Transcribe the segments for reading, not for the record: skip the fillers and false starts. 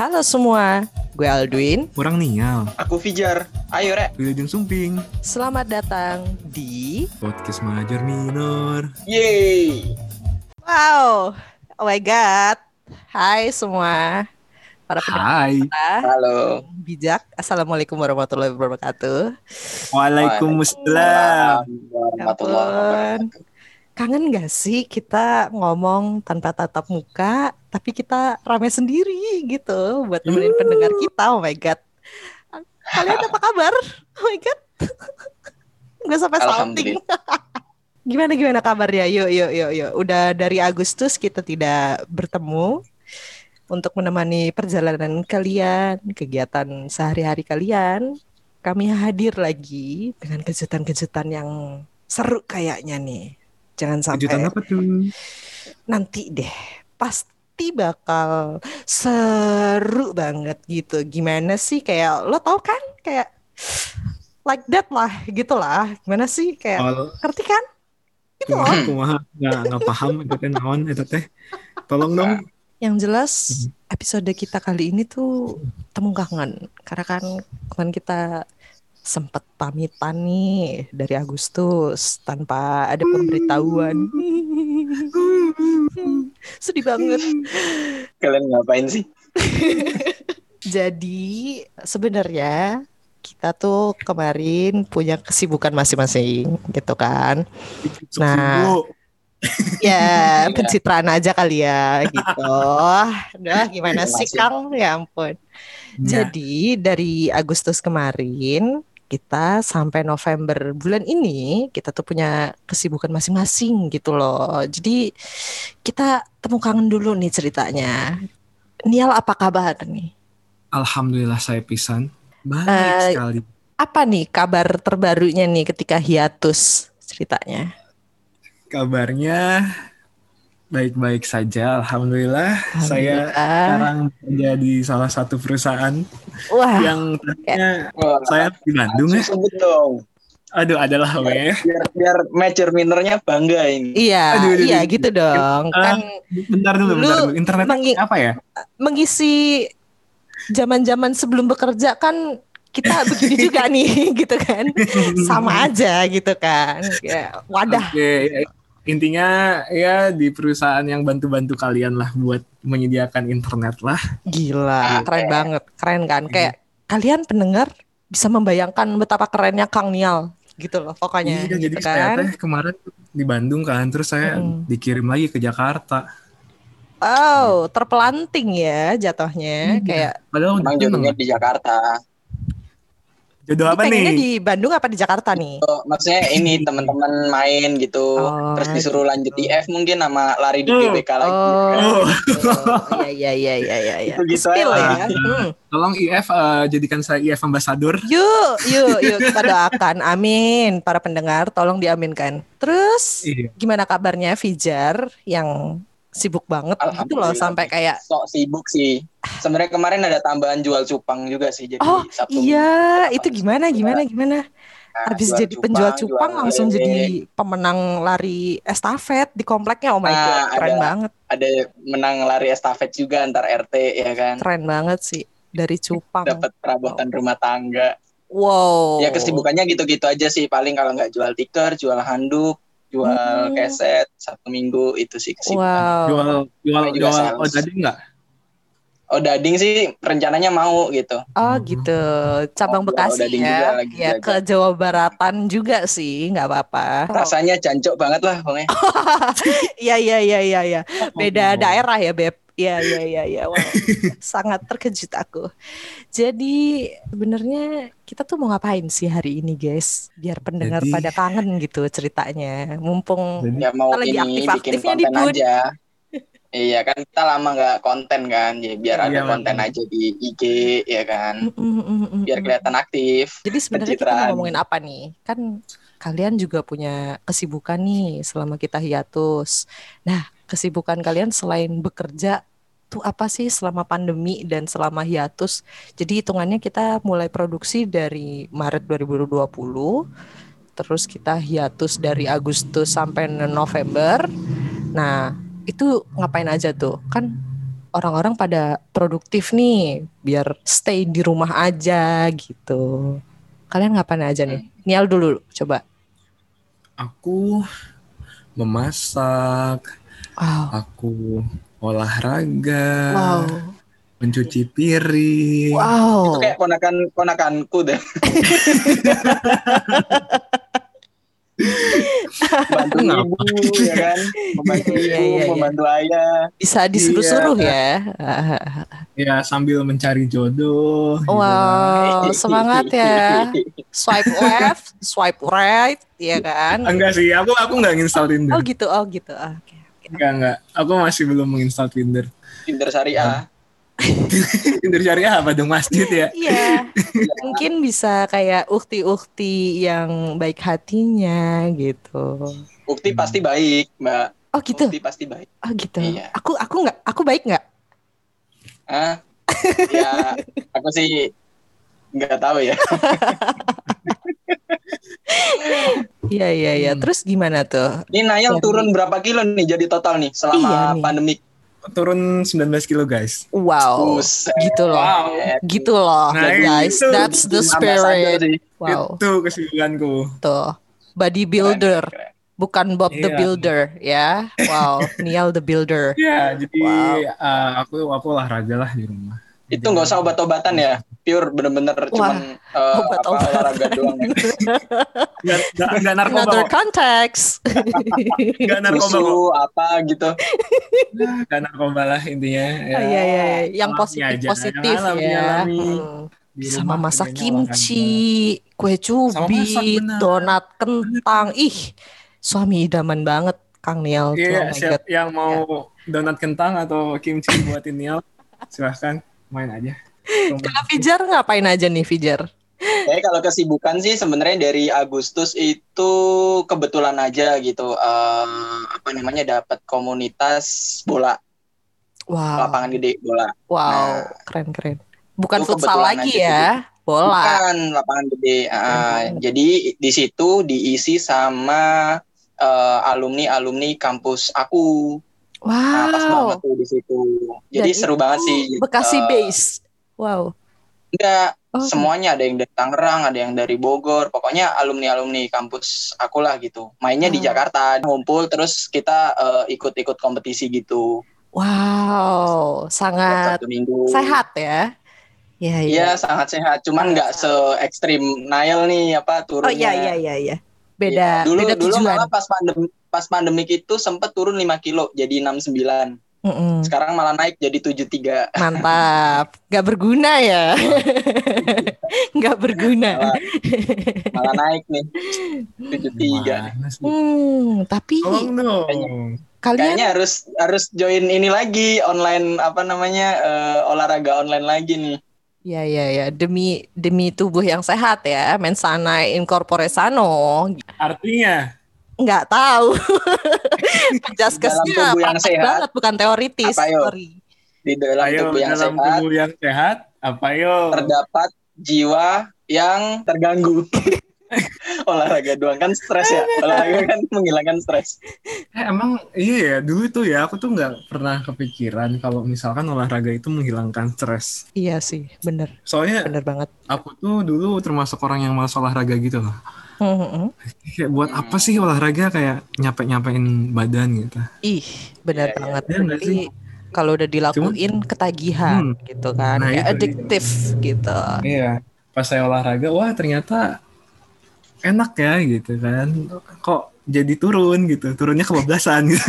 Halo semua, gue Aldwin. Kurang nial. Aku Fijar. Ayo Rek. Wilujeng Sumping. Selamat datang di Podcast Major Minor. Yeay. Wow, oh my god. Hai semua para pendengar Hai. kita Halo. bijak. Assalamualaikum warahmatullahi wabarakatuh. Waalaikumsalam. Warahmatullahi wabarakatuh. Kangen gak sih kita ngomong tanpa tatap muka, tapi kita rame sendiri gitu buat nemenin pendengar kita. Oh my god. Kalian apa kabar? Oh my god. Gue sampai salting. Gimana kabarnya? Yuk. Udah dari Agustus kita tidak bertemu untuk menemani perjalanan kalian, kegiatan sehari-hari kalian. Kami hadir lagi dengan kejutan-kejutan yang seru kayaknya nih. Jangan sampai. Kejutan apa tuh? Nanti deh, pasti bakal seru banget gitu. Gimana sih kayak lo tau kan kayak like that lah gitu lah. Gimana sih kayak ngerti kan? Itu loh. Kumaha nggak paham itu teh naon itu teh. Tolong dong. Yang jelas episode kita kali ini tuh temu kangen. Karena kan kemarin kita sempet pamitan nih dari Agustus tanpa ada pemberitahuan. Sedih banget. Kalian ngapain sih? Jadi sebenarnya kita tuh kemarin punya kesibukan masing-masing gitu kan. Nah, ya pencitraan aja kali ya gitu. Udah gimana sih Kang? Ya ampun. Jadi dari Agustus kemarin kita sampai November bulan ini kita tuh punya kesibukan masing-masing gitu loh. Jadi kita temu kangen dulu nih ceritanya. Nial apa kabar nih? Alhamdulillah saya pisan. Baik sekali. Apa nih kabar terbarunya nih ketika hiatus ceritanya? Kabarnya baik-baik saja, alhamdulillah. Saya sekarang kerja di salah satu perusahaan. Wah, yang tadinya saya di Bandung ya. Sebut dong. Aduh, adalah weh. Biar major minornya bangga ini. Iya, iya gitu dong. Kan bentar dulu. Internet apa ya? Mengisi zaman-zaman sebelum bekerja kan kita begini juga nih, gitu kan? Sama aja gitu kan. Ya, wadah. Oke. Intinya ya di perusahaan yang bantu-bantu kalian lah buat menyediakan internet lah. Gila, keren banget. Keren kan? Kayak kalian pendengar bisa membayangkan betapa kerennya Kang Nial gitu loh pokoknya. Iya, gitu jadi kan? saya teh kemarin di Bandung kan, terus saya dikirim lagi ke Jakarta. Oh, terpelanting ya jatuhnya. Kayak padahal memang jodohnya di Jakarta. Jodoh apa pengennya nih? di Bandung apa di Jakarta nih? Maksudnya ini teman-teman main gitu, terus disuruh lanjut IF mungkin sama lari di GBK lagi. Iya. Gitu Spill ya. Tolong IF jadikan saya IF ambassador. Yuk kita doakan. Amin. Para pendengar tolong diaminkan. Terus gimana kabarnya Fijar yang sibuk banget gitu loh sampai kayak sok sibuk sih. Sebenarnya kemarin ada tambahan jual cupang juga sih jadi Sabtu. Iya, itu gimana? Habis jadi penjual cupang langsung jadi pemenang lari estafet di kompleknya. Oh my god, keren banget. Ada menang lari estafet juga antar RT ya kan. Keren banget sih dari cupang. Dapat perabotan rumah tangga. Wow. Ya kesibukannya gitu-gitu aja sih, paling kalau nggak jual tikar, jual handuk, jual keset Sabtu Minggu itu sih kesibukan. Jual odading nggak? Odading sih rencananya mau gitu. Oh gitu, cabang Bekasi ya. Ya ke Jawa Baratan juga sih, nggak apa-apa. Rasanya jancok banget lah pokoknya. Iya. Beda daerah ya Beb. Iya. Wow. Sangat terkejut aku. Jadi sebenarnya kita tuh mau ngapain sih hari ini guys? Biar pendengar pada kangen gitu ceritanya. Mumpung ya mau kita lagi aktif-aktifnya bikin konten aja. Iya kan kita lama nggak konten kan, ya biar ada konten aja di IG ya kan, biar kelihatan aktif. Jadi sebenarnya kita mau ngomongin apa nih? Kan kalian juga punya kesibukan nih selama kita hiatus. Nah, kesibukan kalian selain bekerja tuh apa sih selama pandemi dan selama hiatus? Jadi hitungannya kita mulai produksi dari Maret 2020, terus kita hiatus dari Agustus sampai November. Nah, itu ngapain aja tuh? Kan orang-orang pada produktif nih, biar stay di rumah aja gitu. Kalian ngapain aja nih? Nial dulu, coba. Aku memasak, Wow. aku olahraga, Wow. mencuci piring. Wow. Itu kayak ponakanku deh. Bantu ibu ya kan, membantu ibu, membantu ayah. Bisa disuruh-suruh ya. Ya sambil mencari jodoh. Wow, gitu. semangat ya. Swipe left, swipe right, ya kan? Enggak sih, aku nggak nginstal Tinder. Oh gitu. Okay. Enggak. Aku masih belum menginstal Tinder. Tinder syariah. Tinder syariah apa dong, masjid ya? Iya. Mungkin bisa kayak ukti-ukti yang baik hatinya gitu. Ukti pasti baik, Mbak. Oh gitu. Ukti pasti baik. Oh gitu. Iya. Aku baik nggak? Ya, aku sih nggak tahu ya. Iya. Terus gimana tuh? Ini Nayal turun berapa kilo nih jadi total nih selama pandemik? Turun 19 kilo guys. Wow. Gitu loh. Gitu loh guys. Itu. That's the spirit. Wow. Itu kesimpulanku. Tuh. Bodybuilder. Bukan Bob the Builder ya. Wow. Nial the Builder. Iya, jadi aku olahraga lah di rumah. Itu nggak usah obat-obatan ya, pure bener-bener cuman olahraga doang. Nggak narkoba. Another context. Nggak narkoba apa gitu. Nggak narkoba lah intinya. Iya. Yang positif ya. Sama masak kimchi, kue cubit, donat kentang. Ih, suami idaman banget Kang Nial. Iya, siap yang mau donat kentang atau kimchi buatin Nial, silahkan. Main aja. Kalau Fijar ngapain aja nih Fijar? Kalau kesibukan sih sebenarnya dari Agustus itu kebetulan aja gitu dapat komunitas bola. Wow. Lapangan gede bola. Wow, keren. Bukan futsal lagi ya, bola. Bukan lapangan gede. Jadi di situ diisi sama alumni kampus aku. Wow. Nah, pas banget tuh di situ. Jadi seru banget sih. Bekasi base. Wow. Enggak, semuanya ada yang dari Tangerang, ada yang dari Bogor. Pokoknya alumni kampus aku lah gitu. Mainnya di Jakarta, ngumpul terus kita ikut-ikut kompetisi gitu. Wow, sangat sehat ya. Iya, sangat sehat. Cuman nggak se-ekstrim Nail nih turunnya. Oh iya. Beda dulu tujuan. Malah pas pandemik itu sempat turun 5 kilo jadi 69. Sekarang malah naik jadi 73. Mantap. Gak berguna ya. Gak berguna. Malah naik nih 73. Tapi kayaknya harus join ini lagi online olahraga online lagi nih. Iya. Demi tubuh yang sehat ya. Mensana in corpore sano. Artinya? Nggak tahu. Penjaskesnya yang sehat banget, bukan teoritis. Di dalam tubuh yang sehat, terdapat jiwa yang terganggu. Olahraga doang kan stres ya. Olahraga kan menghilangkan stres. Emang iya ya, dulu tuh ya aku tuh nggak pernah kepikiran kalau misalkan olahraga itu menghilangkan stres. Iya sih, bener. Soalnya bener banget. Aku tuh dulu termasuk orang yang malas olahraga gitu loh. Kayak buat apa sih olahraga, kayak nyapain badan gitu. Ih, bener banget. Tapi kalau udah dilakuin ketagihan gitu kan, kayak adiktif gitu. Iya, pas saya olahraga, wah ternyata enak ya gitu kan. Kok jadi turun gitu, turunnya kebablasan gitu.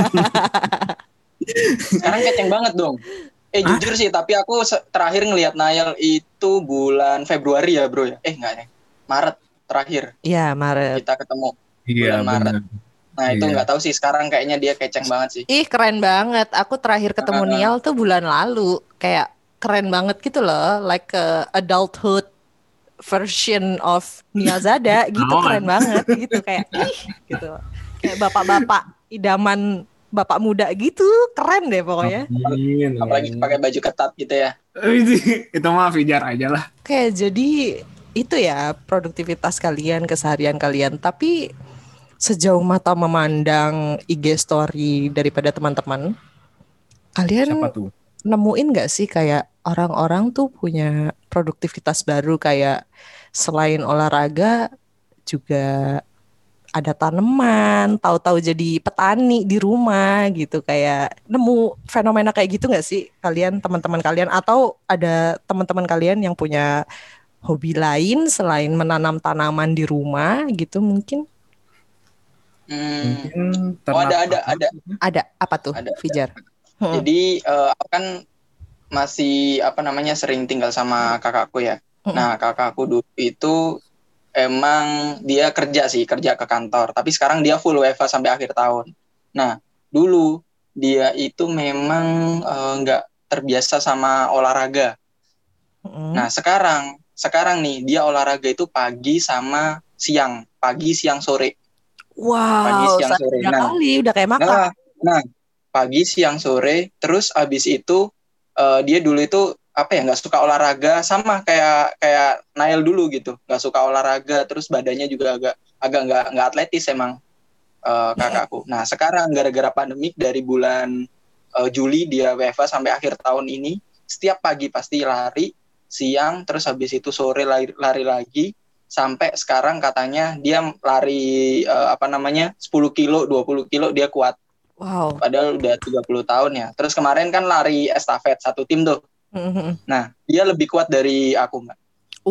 Sekarang keceng banget dong. Jujur sih, tapi aku terakhir ngelihat Nail itu bulan Februari ya bro ya. Enggak nih, Maret terakhir. Iya, Maret. Kita ketemu bulan Maret. Nah itu nggak tahu sih, sekarang kayaknya dia keceng banget sih. Ih keren banget. Aku terakhir ketemu Nial tuh bulan lalu. Kayak keren banget gitu loh. Like adulthood version of Niazada gitu. Keren banget gitu. Kayak gitu. Kayak bapak-bapak idaman bapak muda gitu. Keren deh pokoknya. Apalagi pakai baju ketat gitu ya. Itu mah Fijar aja lah. Oke, jadi itu ya produktivitas kalian, keseharian kalian. Tapi sejauh mata memandang IG story daripada teman-teman, kalian siapa tuh? nemuin nggak sih kayak orang-orang tuh punya produktivitas baru kayak selain olahraga juga ada tanaman, tahu-tahu jadi petani di rumah gitu kayak nemu fenomena kayak gitu nggak sih kalian teman-teman kalian atau ada teman-teman kalian yang punya hobi lain selain menanam tanaman di rumah gitu mungkin? Mungkin Oh ternak. Ada apa tuh, Fijar? Jadi aku kan masih sering tinggal sama kakakku ya. Nah kakakku dulu itu emang dia kerja ke kantor, tapi sekarang dia full WFH sampai akhir tahun. Nah dulu dia itu memang nggak terbiasa sama olahraga. Nah sekarang nih dia olahraga itu pagi sama siang, pagi siang sore. Wow, Pagi siang sore. kali udah kayak makan. Nah, pagi siang sore, terus abis itu dia dulu itu nggak suka olahraga, sama kayak Nail dulu gitu, nggak suka olahraga, terus badannya juga agak nggak atletis emang kakakku. Nah sekarang gara-gara pandemik dari bulan Juli dia WFA sampai akhir tahun ini, setiap pagi pasti lari, siang terus habis itu sore lari lagi, sampai sekarang katanya dia lari 10 kilo 20 kilo dia kuat. Wow. Padahal udah 30 tahun ya. Terus kemarin kan lari estafet satu tim tuh. Nah dia lebih kuat dari aku, Mbak.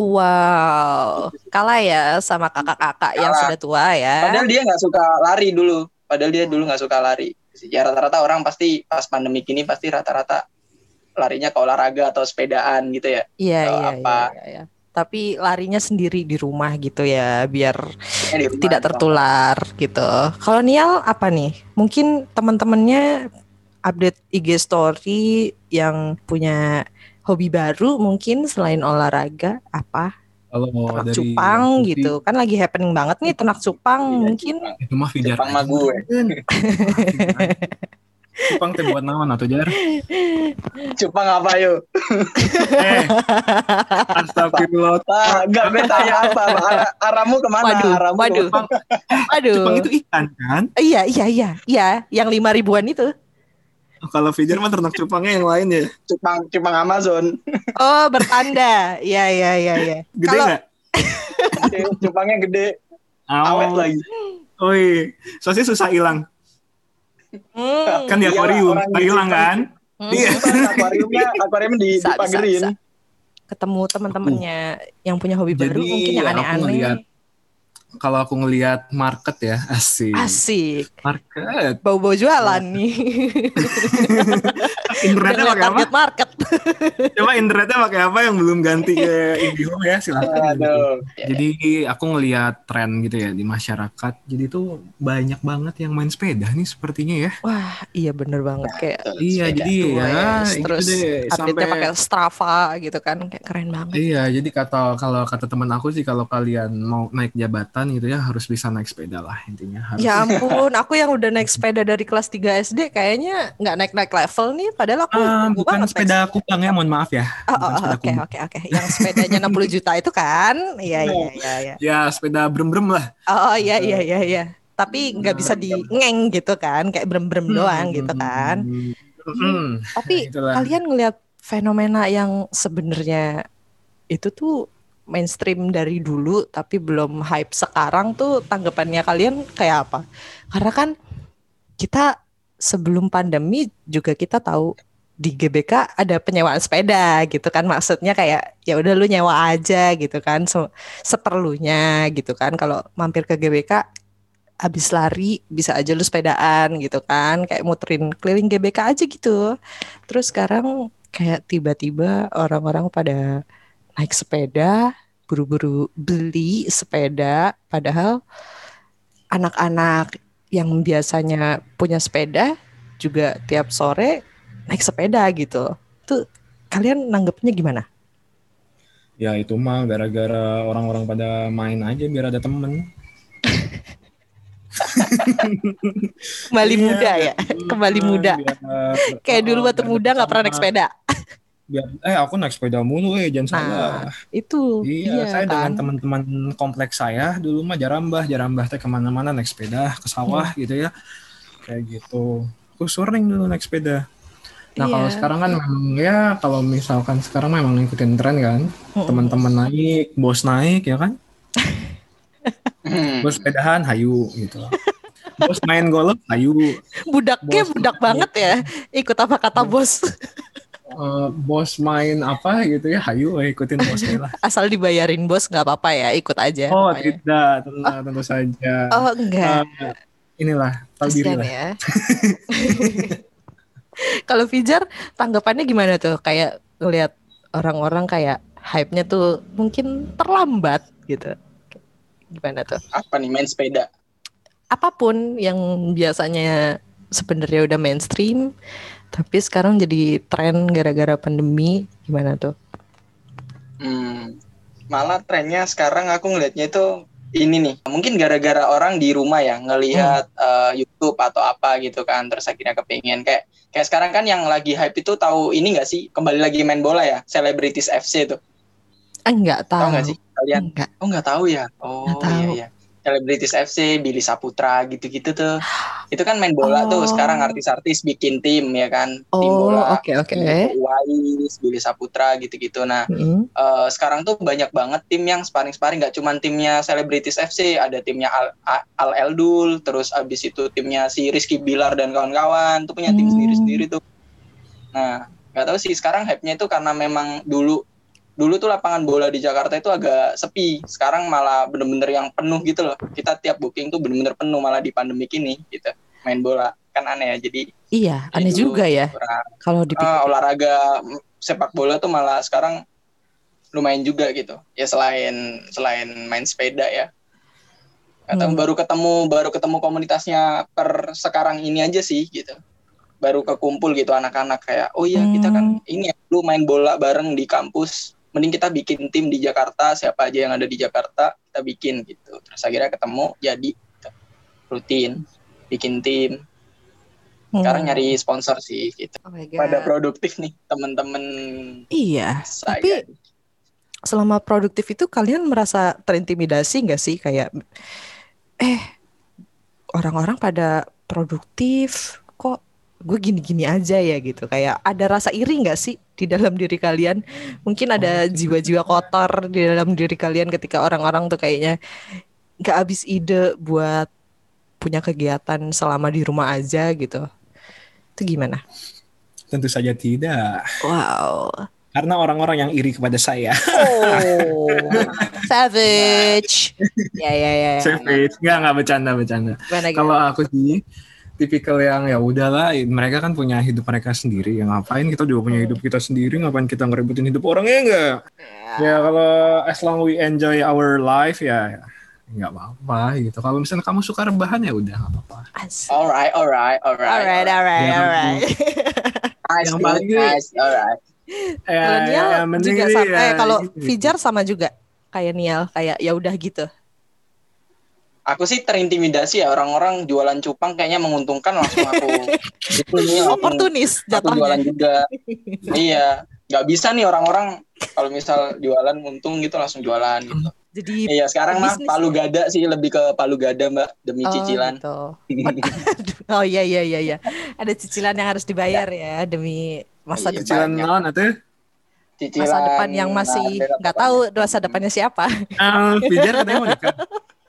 Wow, kalah ya sama kakak-kakak yang sudah tua ya. Padahal dia nggak suka lari dulu. Padahal dia dulu nggak suka lari. Ya rata-rata orang pasti pas pandemi ini pasti rata-rata larinya ke olahraga atau sepedaan gitu ya. Iya. Tapi larinya sendiri di rumah gitu ya, biar tidak tertular gitu. Kalau Nial apa nih? Mungkin teman-temannya update IG story yang punya hobi baru mungkin selain olahraga apa? Kalau ternak dari cupang gitu kan lagi happening banget nih ternak cupang mungkin. Itu mah Fijar cupang mah gue. Cupang teh buat naon atau Jar? Cupang apa yuk? Astagfirullah. Enggak betanya apa? Aramu kemana? Waduh. Cupang itu ikan kan? Iya, yang 5.000-an itu. Kalau Fijar mah ternak cupangnya yang lain ya. Cupang Amazon. Oh, bertanda. Iya. Gede nggak? Cupangnya gede. Awet lagi. Oi, soalnya susah hilang. Kan di akuarium, hilang kan? Iya. Akuariumnya dipagerin. Ketemu teman-temannya yang punya hobi baru mungkin yang aneh-aneh. Kalau aku ngelihat market ya, asik. Market. Bau-bau jualan nih. Internetnya pakai apa? Market. Coba internetnya pakai apa yang belum ganti ke IndiHome ya, silakan. Gitu. Jadi aku ngelihat tren gitu ya di masyarakat. Jadi tuh banyak banget yang main sepeda nih sepertinya ya. Wah, iya bener banget kayak. Iya, jadi ya terus gitu deh, update-nya pakai Strava gitu kan, kayak keren banget. Iya, jadi kalau kata teman aku sih kalau kalian mau naik jabatan gitu ya harus bisa naik sepeda lah intinya. Harus. Ya ampun, aku yang udah naik sepeda dari kelas 3 SD kayaknya nggak naik level nih, padahal aku bukan sepeda kupang ya, mohon maaf ya. Oke. Yang sepedanya 60 juta itu kan? Iya. Ya, sepeda brem-brem lah. Oh iya. Tapi nggak bisa diengeng gitu kan, kayak brem-brem doang gitu kan. Tapi kalian ngelihat fenomena yang sebenarnya itu tuh mainstream dari dulu tapi belum hype sekarang tuh tanggapannya kalian kayak apa? Karena kan kita sebelum pandemi juga kita tahu di GBK ada penyewaan sepeda gitu kan, maksudnya kayak ya udah lu nyewa aja gitu kan seperlunya gitu kan, kalau mampir ke GBK habis lari bisa aja lu sepedaan gitu kan, kayak muterin keliling GBK aja gitu. Terus sekarang kayak tiba-tiba orang-orang pada naik sepeda, buru-buru beli sepeda, padahal anak-anak yang biasanya punya sepeda juga tiap sore naik sepeda gitu. Tuh kalian nanggepnya gimana? Ya itu mah gara-gara orang-orang pada main aja biar ada temen. Kembali muda ya, kembali muda. Kayak dulu waktu muda nggak pernah naik sepeda. Aku naik sepeda mulu jangan salah. Itu iya saya kan? Dengan teman-teman kompleks saya dulu mah jarambah teh kemana-mana naik sepeda ke sawah gitu ya, kayak gitu. Aku sering dulu naik sepeda. Nah kalau sekarang kan memang ya kalau misalkan sekarang memang ngikutin tren kan, teman-teman naik, bos naik ya kan, bos sepedahan, hayu gitu. Bos main golf, hayu. Budaknya Bos budak banget ya, ikut apa kata bos. Bos main apa gitu ya, hayu ikutin bosnya lah. Asal dibayarin bos nggak apa-apa ya, ikut aja. Oh Pokoknya. tidak, tentu saja. Enggak. Inilah, tahu diri Kasian lah. ya. Kalau Fijar tanggapannya gimana tuh? Kayak ngelihat orang-orang kayak hype-nya tuh mungkin terlambat gitu. Gimana tuh? Apa nih main sepeda? Apapun yang biasanya sebenarnya udah mainstream, tapi sekarang jadi tren gara-gara pandemi, gimana tuh? Malah trennya sekarang aku ngelihatnya itu ini nih, mungkin gara-gara orang di rumah ya ngelihat YouTube atau apa gitu kan, terus akhirnya kepingin kayak sekarang kan yang lagi hype itu tahu ini nggak sih, kembali lagi main bola ya, Celebrities FC itu. Enggak tahu. Tahu nggak sih kalian? Enggak. Oh nggak tahu ya. Oh iya. Celebrities FC, Billy Saputra gitu-gitu tuh. Itu kan main bola tuh. Sekarang artis-artis bikin tim ya kan, tim bola. Oke. Wais, Billy Saputra gitu-gitu. Nah, sekarang tuh banyak banget tim yang sparring-sparring. Gak cuma timnya Celebrities FC, ada timnya Al Eldul, terus abis itu timnya si Rizky Bilar dan kawan-kawan. Tuh punya tim sendiri-sendiri tuh. Nah, gak tahu sih sekarang hype-nya itu karena memang dulu tuh lapangan bola di Jakarta itu agak sepi. Sekarang malah bener-bener yang penuh gitu loh. Kita tiap booking tuh bener-bener penuh malah di pandemik ini gitu. Main bola kan aneh ya. Jadi aneh juga ya. Kalau dipikir olahraga sepak bola tuh malah sekarang lumayan juga gitu. Ya selain main sepeda ya. Baru ketemu komunitasnya per sekarang ini aja sih gitu. Baru kekumpul gitu anak-anak kayak kita kan ini ya lu main bola bareng di kampus. Mending kita bikin tim di Jakarta, siapa aja yang ada di Jakarta kita bikin gitu. Terus akhirnya ketemu jadi gitu. Rutin bikin tim. Sekarang nyari sponsor sih gitu. Pada produktif nih teman-teman. Iya. Tapi selama produktif itu kalian merasa terintimidasi nggak sih kayak orang-orang pada produktif kok gue gini-gini aja ya gitu, kayak ada rasa iri nggak sih di dalam diri kalian? Mungkin ada jiwa-jiwa kotor di dalam diri kalian ketika orang-orang tuh kayaknya nggak habis ide buat punya kegiatan selama di rumah aja gitu. Itu gimana? Tentu saja tidak. Wow. Karena orang-orang yang iri kepada saya. Savage. Ya. Savage. Nggak bercanda. Kalau aku sih tipikal yang ya udahlah, mereka kan punya hidup mereka sendiri, yang ngapain kita juga punya hidup kita sendiri, ngapain kita ngeributin hidup orangnya enggak? Ya kalau as long we enjoy our life ya nggak apa-apa gitu. Kalau misalnya kamu suka rebahan ya udah nggak apa-apa. Alright. Yang paling nice. Alright. Kalau Nial juga sama. Kalau Fijar sama juga kayak Nial, kayak ya udah gitu. Aku sih terintimidasi ya, orang-orang jualan cupang kayaknya menguntungkan, langsung aku oportunis jatuhnya. Aku jualan juga. Iya, nggak bisa nih orang-orang kalau misal jualan untung gitu langsung jualan gitu. Jadi sekarang mah Palu Gada sih, lebih ke Palu Gada Mbak, demi cicilan. Gitu. Iya. Ada cicilan yang harus dibayar ya demi masa depan. Cicilan naon atuh? Masa depan yang masih nggak tahu masa depannya siapa. Fijar katanya mau nikah.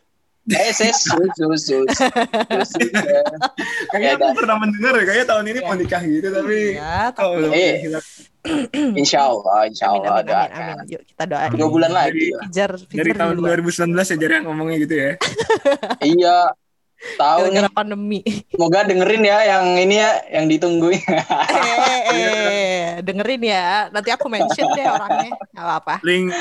Sus. Kayaknya aku pernah mendengar ya, kayaknya tahun ini mau nikah gitu, tapi Insya Allah amin. Yuk kita doain. 2 bulan lagi. Dari tahun 2019 ya Jar yang ngomongnya gitu ya. Iya. Tahu gara-gara pandemi. Semoga dengerin ya yang ini ya, yang ditungguin. Dengerin ya. Nanti aku mention deh orangnya. Gak apa-apa.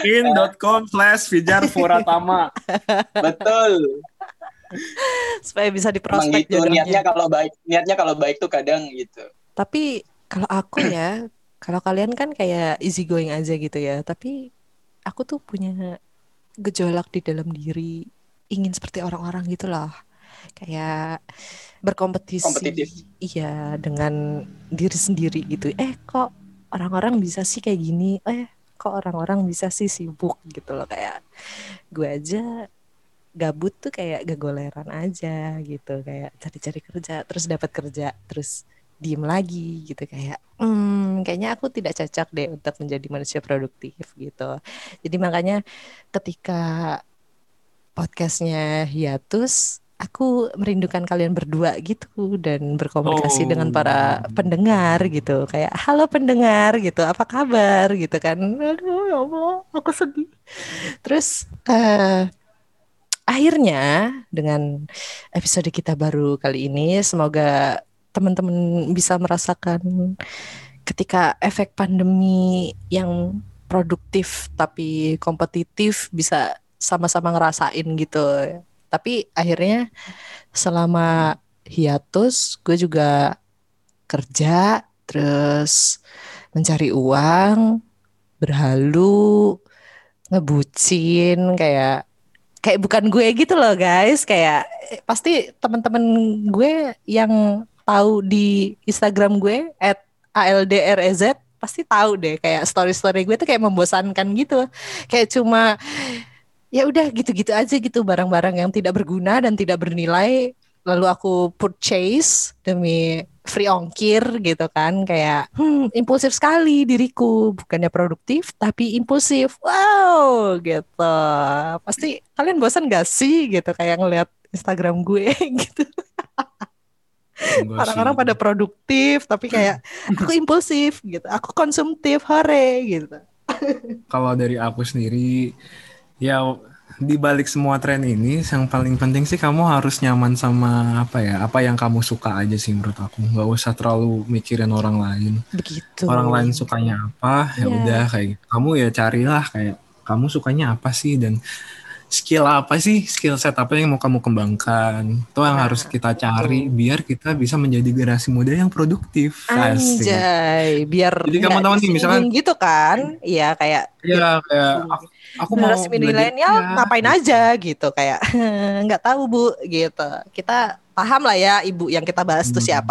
linkedin.com/fijarfuratama. Betul. Supaya bisa diprospek gitu, niatnya kalau baik tuh kadang gitu. Tapi kalau aku ya, kalau kalian kan kayak easy going aja gitu ya. Tapi aku tuh punya gejolak di dalam diri, ingin seperti orang-orang gitu loh. Kayak berkompetisi. Iya, dengan diri sendiri gitu. Kok orang-orang bisa sih kayak gini? Kok orang-orang bisa sih sibuk gitu loh. Kayak gue aja gabut tuh kayak gagoleran aja gitu. Kayak cari-cari kerja, terus dapat kerja, terus diem lagi gitu kayak kayaknya aku tidak cocok deh untuk menjadi manusia produktif gitu. Jadi makanya ketika podcastnya hiatus, aku merindukan kalian berdua gitu dan berkomunikasi dengan Oh, para pendengar gitu. Kayak halo pendengar gitu, apa kabar gitu kan. Aduh ya Allah, aku sedih. Terus akhirnya dengan episode kita baru kali ini, semoga teman-teman bisa merasakan ketika efek pandemi yang produktif tapi kompetitif bisa sama-sama ngerasain gitu. Tapi akhirnya selama hiatus gue juga kerja, terus mencari uang, berhalu, ngebucin kayak kayak bukan gue gitu loh guys, kayak pasti teman-teman gue yang tahu di Instagram gue @aldrez pasti tahu deh kayak story-story gue tuh kayak membosankan gitu, kayak cuma ya udah gitu-gitu aja gitu, barang-barang yang tidak berguna dan tidak bernilai lalu aku purchase demi free ongkir gitu kan, kayak impulsif sekali diriku, bukannya produktif tapi impulsif, wow gitu. Pasti kalian bosan gak sih gitu kayak ngeliat Instagram gue gitu, enggak orang-orang sih. pada produktif tapi kayak aku impulsif gitu, aku konsumtif hore gitu. Kalau dari aku sendiri, ya di balik semua tren ini, yang paling penting sih kamu harus nyaman sama apa yang kamu suka aja sih menurut aku. Nggak usah terlalu mikirin orang lain. Begitu. Orang lain sukanya apa, ya udah Iya. kayak gitu. Kamu ya carilah kayak kamu sukanya apa sih dan skill apa sih, skill set apa yang mau kamu kembangkan. Itu yang harus Nah, kita itu. cari biar kita bisa menjadi generasi muda yang produktif. Asik. Anjay, biar Jadi kamu nggak tahu nih misalkan disinggung gitu kan? Iya, kayak ya biar kayak disinggung. aku mau Generasi belajar milenial ya ngapain gitu. aja gitu, kayak nggak tahu Bu gitu. Kita paham lah ya ibu yang kita bahas tuh Hmm. siapa.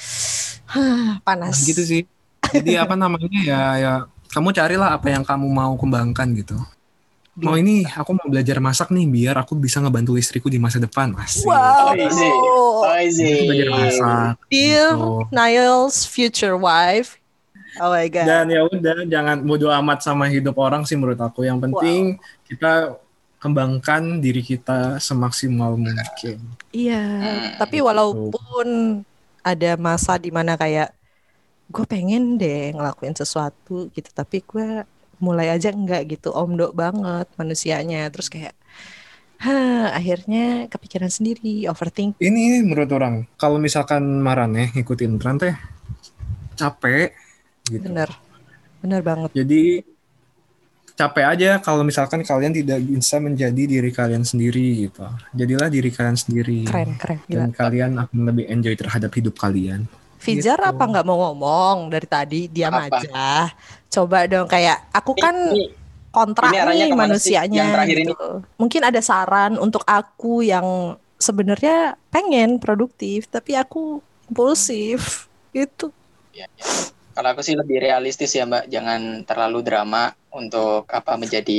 Nah, gitu Panas. sih. Jadi apa namanya ya kamu carilah apa yang kamu mau kembangkan gitu. Mau ini Bisa. aku mau belajar masak nih biar aku bisa ngebantu istriku di masa depan. Asik. Oh, Wow. easy. Oh, easy. Jadi aku belajar masak gitu. Dear Niall's future wife. Oh my Dan God. ya udah jangan bodo amat sama hidup orang sih menurut aku. Yang penting Wow. kita kembangkan diri kita semaksimal mungkin. Iya, tapi Gitu. walaupun ada masa di mana kayak gue pengen deh ngelakuin sesuatu gitu, tapi gue mulai aja enggak gitu, omdo banget manusianya, terus kayak akhirnya kepikiran sendiri, overthink. Ini menurut orang kalau misalkan marane ngikutin tren teh capek gitu. Bener, bener banget. Jadi capek aja kalau misalkan kalian tidak bisa menjadi diri kalian sendiri gitu. Jadilah diri kalian sendiri Keren, keren, gila. dan kalian akan lebih enjoy terhadap hidup kalian. Fijar Gitu. apa nggak mau ngomong dari tadi, diam Apa? aja. Coba dong, kayak aku kan Ini kontra arahnya nih kemana sih? Yang manusianya terakhir gitu. ini. Mungkin ada saran untuk aku yang sebenarnya pengen produktif, tapi aku impulsif gitu. Ya, ya. Kalau aku sih lebih realistis ya Mbak, jangan terlalu drama untuk apa menjadi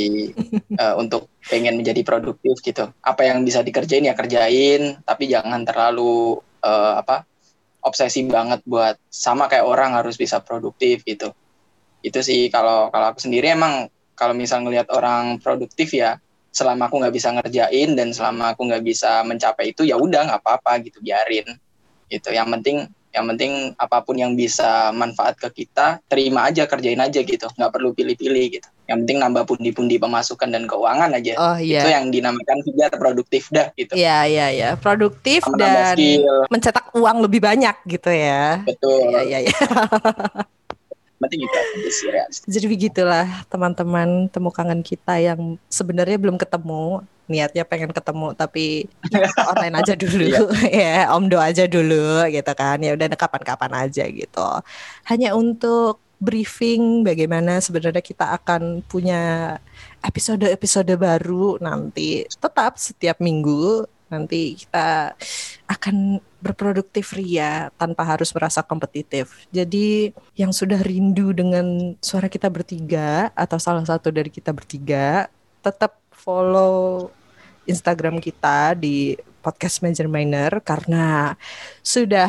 untuk pengen menjadi produktif gitu. Apa yang bisa dikerjain ya kerjain, tapi jangan terlalu apa obsesi banget buat sama kayak orang harus bisa produktif gitu. Itu sih kalau kalau aku sendiri emang kalau misal ngelihat orang produktif ya selama aku nggak bisa ngerjain dan selama aku nggak bisa mencapai itu ya udah nggak apa-apa gitu, biarin gitu. Yang penting apapun yang bisa manfaat ke kita terima aja, kerjain aja gitu, nggak perlu pilih-pilih gitu. Yang penting nambah pundi-pundi pemasukan dan keuangan aja, Oh itu iya, yang dinamakan biar produktif dah gitu. iya, iya, iya. Produktif Sama nambah dan skill, mencetak uang lebih banyak gitu ya. Iya, betul, iya, iya. penting itu aja sih realistis. Jadi begitulah teman-teman temu kangen kita yang sebenarnya belum ketemu. Niatnya pengen ketemu tapi ya kita online aja dulu Iya. ya, omdo aja dulu gitu kan. Ya udah kapan-kapan aja gitu. Hanya untuk briefing bagaimana sebenarnya kita akan punya episode-episode baru nanti. Tetap setiap minggu nanti kita akan berproduktif ria tanpa harus merasa kompetitif. Jadi yang sudah rindu dengan suara kita bertiga atau salah satu dari kita bertiga, tetap follow Instagram kita di Podcast Major Minor karena sudah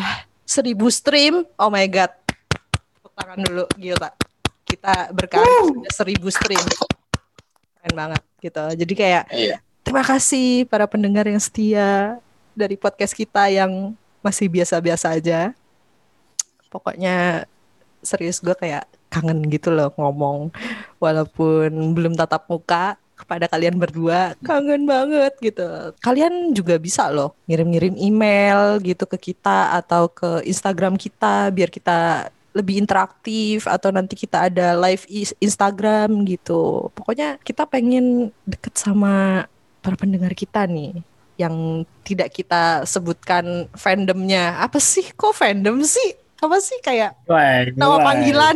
1.000 stream. Oh my god. Tepuk tangan dulu, gila. Kita berkarya sudah 1.000 stream. Keren banget gitu. Jadi kayak terima kasih para pendengar yang setia dari podcast kita yang masih biasa-biasa aja. Pokoknya serius gue kayak kangen gitu loh ngomong walaupun belum tatap muka kepada kalian berdua, kangen banget gitu. Kalian juga bisa loh ngirim-ngirim email gitu ke kita atau ke Instagram kita biar kita lebih interaktif atau nanti kita ada live Instagram gitu. Pokoknya kita pengen deket sama para pendengar kita nih yang tidak kita sebutkan fandomnya. Apa sih? Kok fandom sih? Apa sih kayak nama panggilan?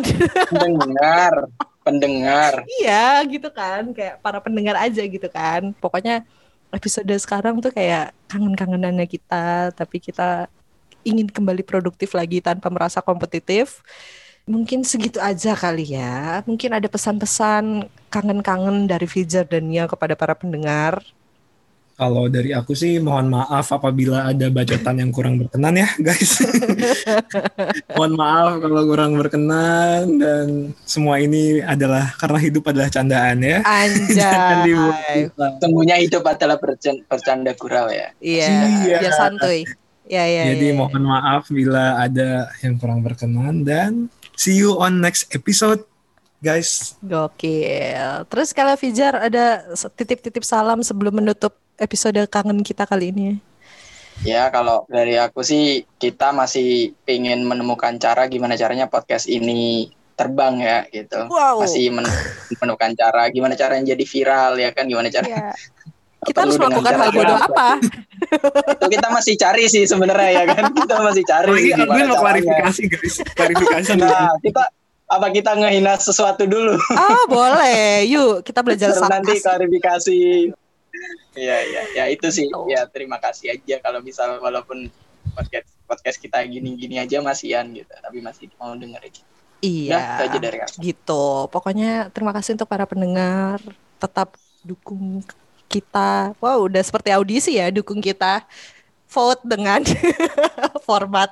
Pendengar. Iya gitu kan, kayak para pendengar aja gitu kan. Pokoknya episode sekarang tuh kayak kangen-kangenannya kita, tapi kita ingin kembali produktif lagi tanpa merasa kompetitif. Mungkin segitu aja kali ya. Mungkin ada pesan-pesan kangen-kangen dari Fijar dan Nia kepada para pendengar. Kalau dari aku sih mohon maaf apabila ada bacotan yang kurang berkenan ya guys. Mohon maaf kalau kurang berkenan dan semua ini adalah karena hidup adalah candaan ya. Anjay. Semuanya hidup adalah bercanda gurau ya. Iya, biar santuy. Ya. Jadi mohon maaf bila ada yang kurang berkenan dan see you on next episode. Guys. Gokil. Terus kalau Fijar ada titip-titip salam sebelum menutup episode kangen kita kali ini? Ya kalau dari aku sih kita masih ingin menemukan cara gimana caranya podcast ini terbang ya gitu. Wow. Masih menemukan cara gimana caranya jadi viral ya kan, gimana cara. Ya. Kita harus melakukan hal bodoh apa? Itu kita masih cari sih sebenarnya ya kan. Kita masih cari. Gue mau klarifikasi guys. Nah, kita ngehina sesuatu dulu. Boleh. Yuk, kita belajar sarkas. Nanti klarifikasi. Ya itu sih. Ya terima kasih aja kalau misal walaupun podcast kita gini-gini aja masihan gitu, tapi masih mau dengerin. Iya. Nah, itu aja dari aku. Gitu. Pokoknya terima kasih untuk para pendengar. Tetap dukung kita. Wow, udah seperti audisi ya, dukung kita. Vote dengan format.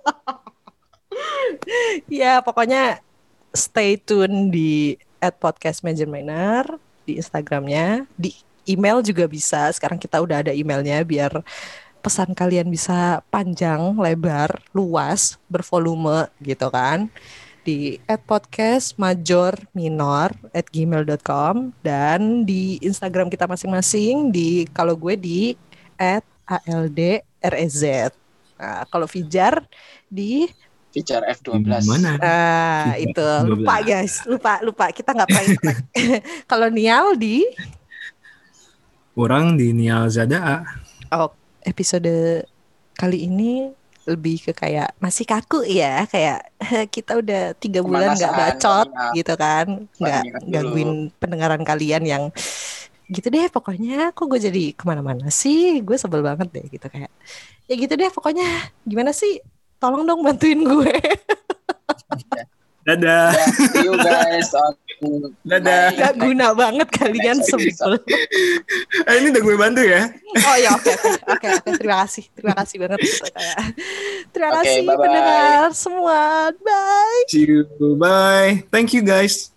Ya, pokoknya stay tune di @podcastmajorminor di Instagramnya, di email juga bisa. Sekarang kita udah ada emailnya biar pesan kalian bisa panjang, lebar, luas, bervolume gitu kan. Di @podcastmajorminor@gmail.com dan di Instagram kita masing-masing kalau gue di @aldrez. Nah, kalau Fijar di Fijar F12. Mana? Itu lupa guys, lupa kita nggak pernah. Kalau Nial di orang di Nial Zadaa. Oh, episode kali ini lebih ke kayak masih kaku ya, kayak kita udah 3 bulan nggak bacot gitu kan, nggak gangguin pendengaran kalian yang gitu deh. Pokoknya kok gue jadi kemana-mana sih, gue sebel banget deh gitu kayak ya gitu deh. Pokoknya gimana sih, tolong dong bantuin gue. Dadah. See you guys. Dadah. Gak guna banget kalian sebel. Ini udah gue bantu ya. Oh ya, oke. Terima kasih banget gitu kayak. Terima kasih bye-bye. pendengar semua. Bye. See you. Bye. Thank you guys.